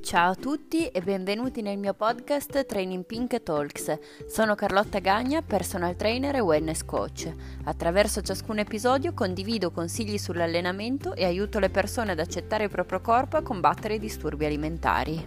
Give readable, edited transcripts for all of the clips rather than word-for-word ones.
Ciao a tutti e benvenuti nel mio podcast Training Pink Talks. Sono Carlotta Gagna, personal trainer e wellness coach. Attraverso ciascun episodio condivido consigli sull'allenamento e aiuto le persone ad accettare il proprio corpo e a combattere i disturbi alimentari.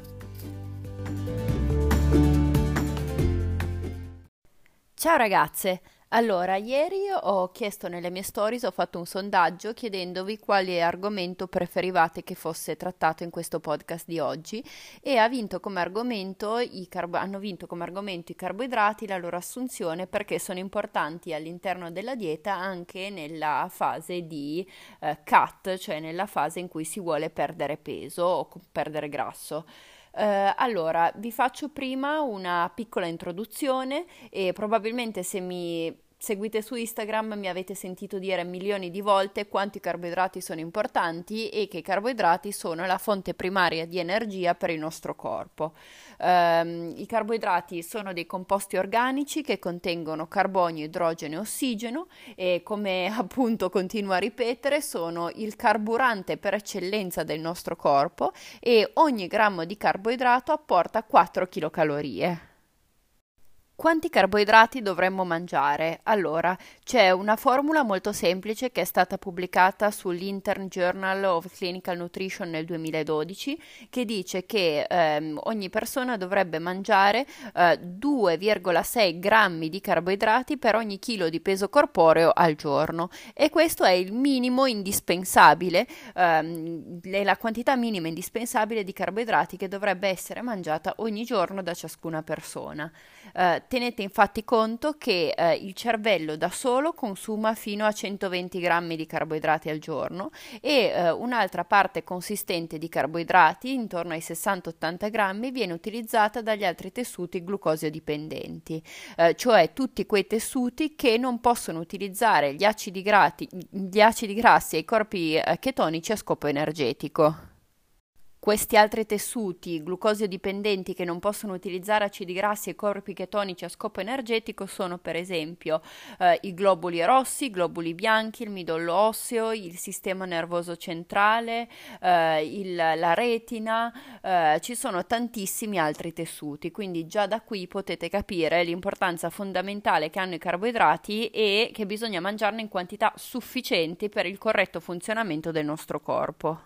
Ciao ragazze! Allora, ieri ho chiesto nelle mie stories, ho fatto un sondaggio chiedendovi quale argomento preferivate che fosse trattato in questo podcast di oggi e hanno vinto come argomento i carboidrati, la loro assunzione perché sono importanti all'interno della dieta anche nella fase di cut, cioè nella fase in cui si vuole perdere peso o perdere grasso. Allora, vi faccio prima una piccola introduzione e probabilmente se mi seguite su Instagram mi avete sentito dire milioni di volte quanto i carboidrati sono importanti e che i carboidrati sono la fonte primaria di energia per il nostro corpo. I carboidrati sono dei composti organici che contengono carbonio, idrogeno e ossigeno e come appunto continuo a ripetere sono il carburante per eccellenza del nostro corpo e ogni grammo di carboidrato apporta 4 kcal. Quanti carboidrati dovremmo mangiare? Allora, c'è una formula molto semplice che è stata pubblicata sull'Intern Journal of Clinical Nutrition nel 2012 che dice che ogni persona dovrebbe mangiare 2,6 grammi di carboidrati per ogni chilo di peso corporeo al giorno e questo è il minimo indispensabile, la quantità minima indispensabile di carboidrati che dovrebbe essere mangiata ogni giorno da ciascuna persona. Tenete infatti conto che il cervello da solo consuma fino a 120 grammi di carboidrati al giorno e un'altra parte consistente di carboidrati, intorno ai 60-80 grammi, viene utilizzata dagli altri tessuti glucosio dipendenti, cioè tutti quei tessuti che non possono utilizzare gli acidi grassi e i corpi chetonici a scopo energetico. Questi altri tessuti glucosio dipendenti che non possono utilizzare acidi grassi e corpi chetonici a scopo energetico sono per esempio i globuli rossi, i globuli bianchi, il midollo osseo, il sistema nervoso centrale, la retina, ci sono tantissimi altri tessuti, quindi già da qui potete capire l'importanza fondamentale che hanno i carboidrati e che bisogna mangiarne in quantità sufficienti per il corretto funzionamento del nostro corpo.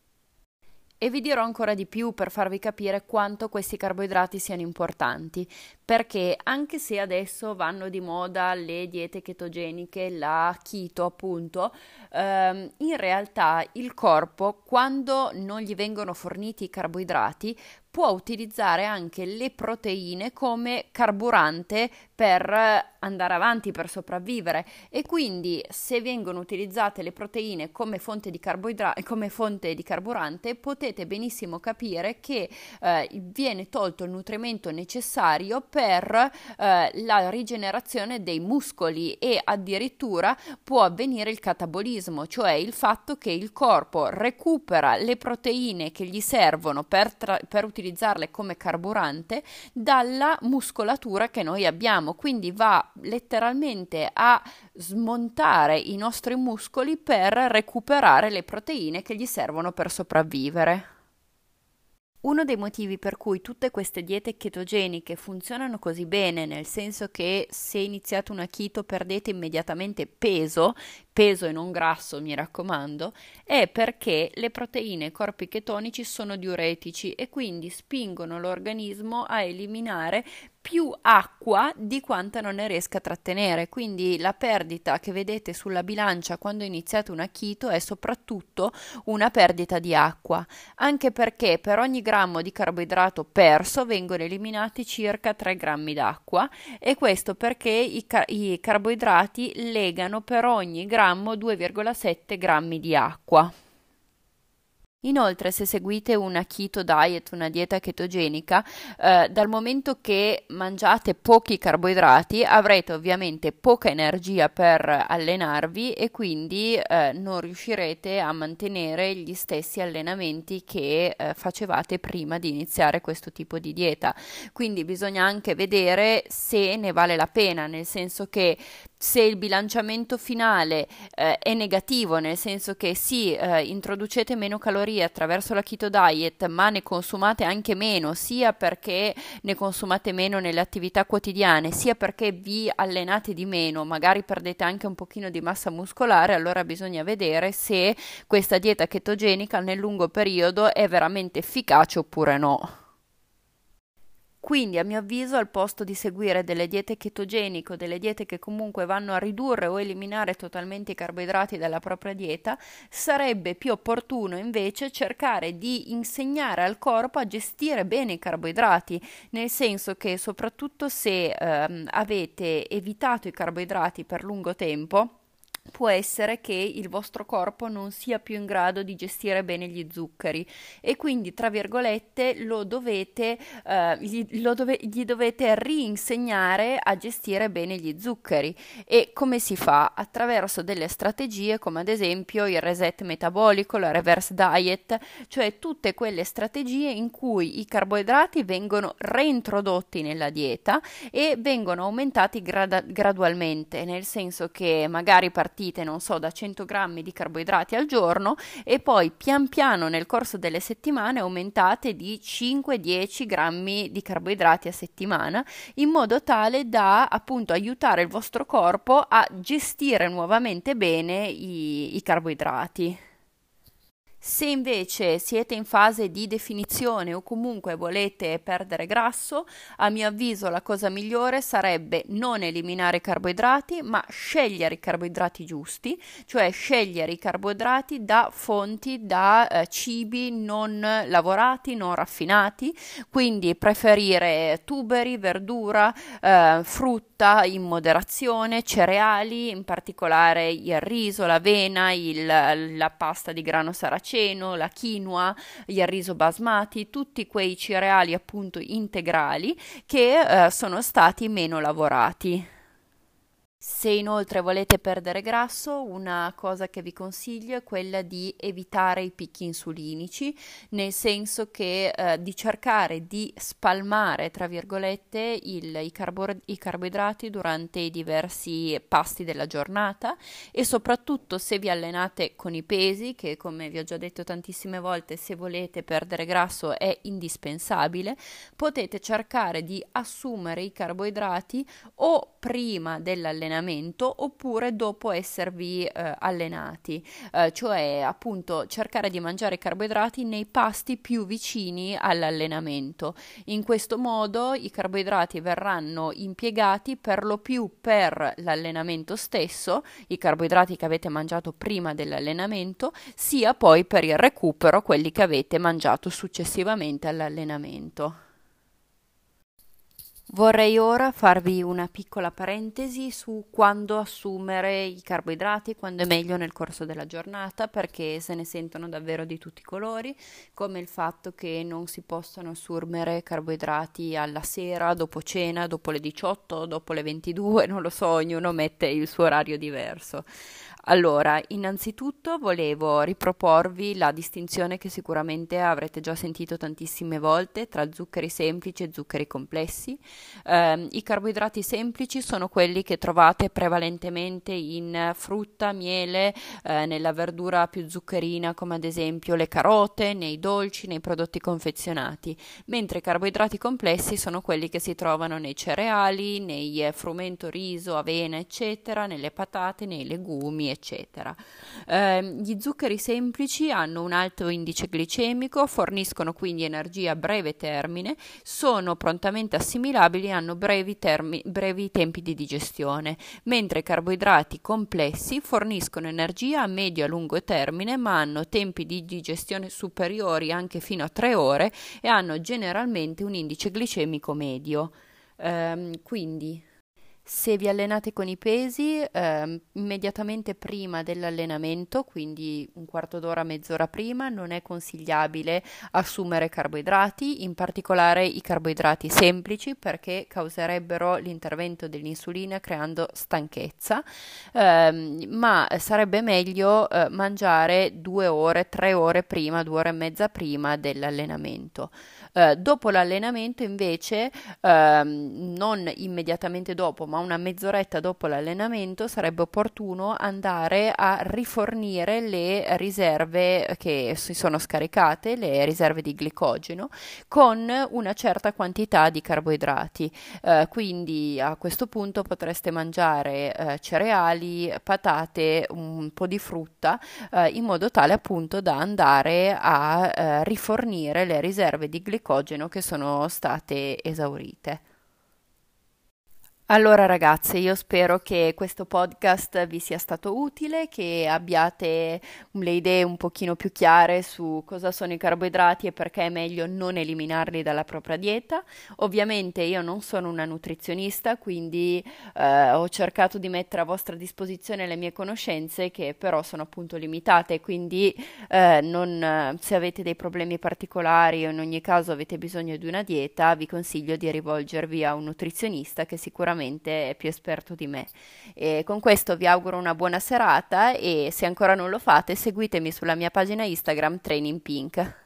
E vi dirò ancora di più per farvi capire quanto questi carboidrati siano importanti, perché anche se adesso vanno di moda le diete chetogeniche, la keto appunto, in realtà il corpo quando non gli vengono forniti i carboidrati può utilizzare anche le proteine come carburante per andare avanti, per sopravvivere e quindi se vengono utilizzate le proteine come fonte di carburante potete benissimo capire che viene tolto il nutrimento necessario per la rigenerazione dei muscoli e addirittura può avvenire il catabolismo, cioè il fatto che il corpo recupera le proteine che gli servono per utilizzarle come carburante dalla muscolatura che noi abbiamo, quindi va letteralmente a smontare i nostri muscoli per recuperare le proteine che gli servono per sopravvivere. Uno dei motivi per cui tutte queste diete chetogeniche funzionano così bene, nel senso che se iniziate una keto perdete immediatamente peso e non grasso, mi raccomando, è perché le proteine e i corpi chetonici sono diuretici e quindi spingono l'organismo a eliminare più acqua di quanta non ne riesca a trattenere, quindi la perdita che vedete sulla bilancia quando iniziate una keto è soprattutto una perdita di acqua, anche perché per ogni grammo di carboidrato perso vengono eliminati circa 3 grammi d'acqua e questo perché i carboidrati legano per ogni grammo 2,7 grammi di acqua. Inoltre, se seguite una keto diet, una dieta chetogenica, dal momento che mangiate pochi carboidrati avrete ovviamente poca energia per allenarvi e quindi non riuscirete a mantenere gli stessi allenamenti che facevate prima di iniziare questo tipo di dieta. Quindi bisogna anche vedere se ne vale la pena, nel senso che se il bilanciamento finale è negativo, nel senso che sì, introducete meno calorie magari attraverso la keto diet, ma ne consumate anche meno, sia perché ne consumate meno nelle attività quotidiane, sia perché vi allenate di meno, magari perdete anche un pochino di massa muscolare, allora bisogna vedere se questa dieta chetogenica nel lungo periodo è veramente efficace oppure no. Quindi, a mio avviso, al posto di seguire delle diete chetogeniche o delle diete che comunque vanno a ridurre o eliminare totalmente i carboidrati dalla propria dieta, sarebbe più opportuno invece cercare di insegnare al corpo a gestire bene i carboidrati, nel senso che soprattutto se avete evitato i carboidrati per lungo tempo, può essere che il vostro corpo non sia più in grado di gestire bene gli zuccheri e quindi, tra virgolette, gli dovete rinsegnare a gestire bene gli zuccheri. E come si fa? Attraverso delle strategie come ad esempio il reset metabolico, la reverse diet, cioè tutte quelle strategie in cui i carboidrati vengono reintrodotti nella dieta e vengono aumentati gradualmente, nel senso che magari partite, non so, da 100 grammi di carboidrati al giorno e poi pian piano nel corso delle settimane aumentate di 5-10 grammi di carboidrati a settimana, in modo tale da appunto aiutare il vostro corpo a gestire nuovamente bene i carboidrati. Se invece siete in fase di definizione o comunque volete perdere grasso, a mio avviso la cosa migliore sarebbe non eliminare i carboidrati, ma scegliere i carboidrati giusti, cioè scegliere i carboidrati da fonti, da cibi non lavorati, non raffinati, quindi preferire tuberi, verdura, frutta in moderazione, cereali, in particolare il riso, l'avena, la pasta di grano saraceno, la quinoa, il riso basmati, tutti quei cereali appunto integrali che sono stati meno lavorati. Se inoltre volete perdere grasso, una cosa che vi consiglio è quella di evitare i picchi insulinici, nel senso che di cercare di spalmare, tra virgolette, i carboidrati durante i diversi pasti della giornata e soprattutto se vi allenate con i pesi, che come vi ho già detto tantissime volte, se volete perdere grasso è indispensabile, potete cercare di assumere i carboidrati o prima dell'allenamento oppure dopo esservi allenati, cioè appunto cercare di mangiare carboidrati nei pasti più vicini all'allenamento. In questo modo i carboidrati verranno impiegati per lo più per l'allenamento stesso, i carboidrati che avete mangiato prima dell'allenamento, sia poi per il recupero, quelli che avete mangiato successivamente all'allenamento. Vorrei ora farvi una piccola parentesi su quando assumere i carboidrati, quando è meglio nel corso della giornata, perché se ne sentono davvero di tutti i colori, come il fatto che non si possano assumere carboidrati alla sera, dopo cena, dopo le 18, dopo le 22, non lo so, ognuno mette il suo orario diverso. Allora, innanzitutto volevo riproporvi la distinzione che sicuramente avrete già sentito tantissime volte tra zuccheri semplici e zuccheri complessi. I carboidrati semplici sono quelli che trovate prevalentemente in frutta, miele, nella verdura più zuccherina come ad esempio le carote, nei dolci, nei prodotti confezionati, mentre i carboidrati complessi sono quelli che si trovano nei cereali, nei frumento, riso, avena, eccetera, nelle patate, nei legumi, eccetera. Gli zuccheri semplici hanno un alto indice glicemico, forniscono quindi energia a breve termine, sono prontamente assimilabili e hanno brevi tempi di digestione, mentre i carboidrati complessi forniscono energia a medio e a lungo termine, ma hanno tempi di digestione superiori anche fino a 3 ore e hanno generalmente un indice glicemico medio. Quindi se vi allenate con i pesi, immediatamente prima dell'allenamento, quindi un quarto d'ora, mezz'ora prima, non è consigliabile assumere carboidrati, in particolare i carboidrati semplici, perché causerebbero l'intervento dell'insulina creando stanchezza, ma sarebbe meglio mangiare 2 ore, 3 ore prima, 2 ore e mezza prima dell'allenamento. Dopo l'allenamento invece, non immediatamente dopo, ma una mezz'oretta dopo l'allenamento sarebbe opportuno andare a rifornire le riserve che si sono scaricate, le riserve di glicogeno, con una certa quantità di carboidrati. Quindi a questo punto potreste mangiare cereali, patate, un po' di frutta, in modo tale appunto da andare a rifornire le riserve di glicogeno che sono state esaurite. Allora ragazze, io spero che questo podcast vi sia stato utile, che abbiate le idee un pochino più chiare su cosa sono i carboidrati e perché è meglio non eliminarli dalla propria dieta. Ovviamente io non sono una nutrizionista, quindi ho cercato di mettere a vostra disposizione le mie conoscenze, che però sono appunto limitate, quindi se avete dei problemi particolari o in ogni caso avete bisogno di una dieta, vi consiglio di rivolgervi a un nutrizionista che sicuramente è più esperto di me. E con questo vi auguro una buona serata e se ancora non lo fate, seguitemi sulla mia pagina Instagram Training Pink.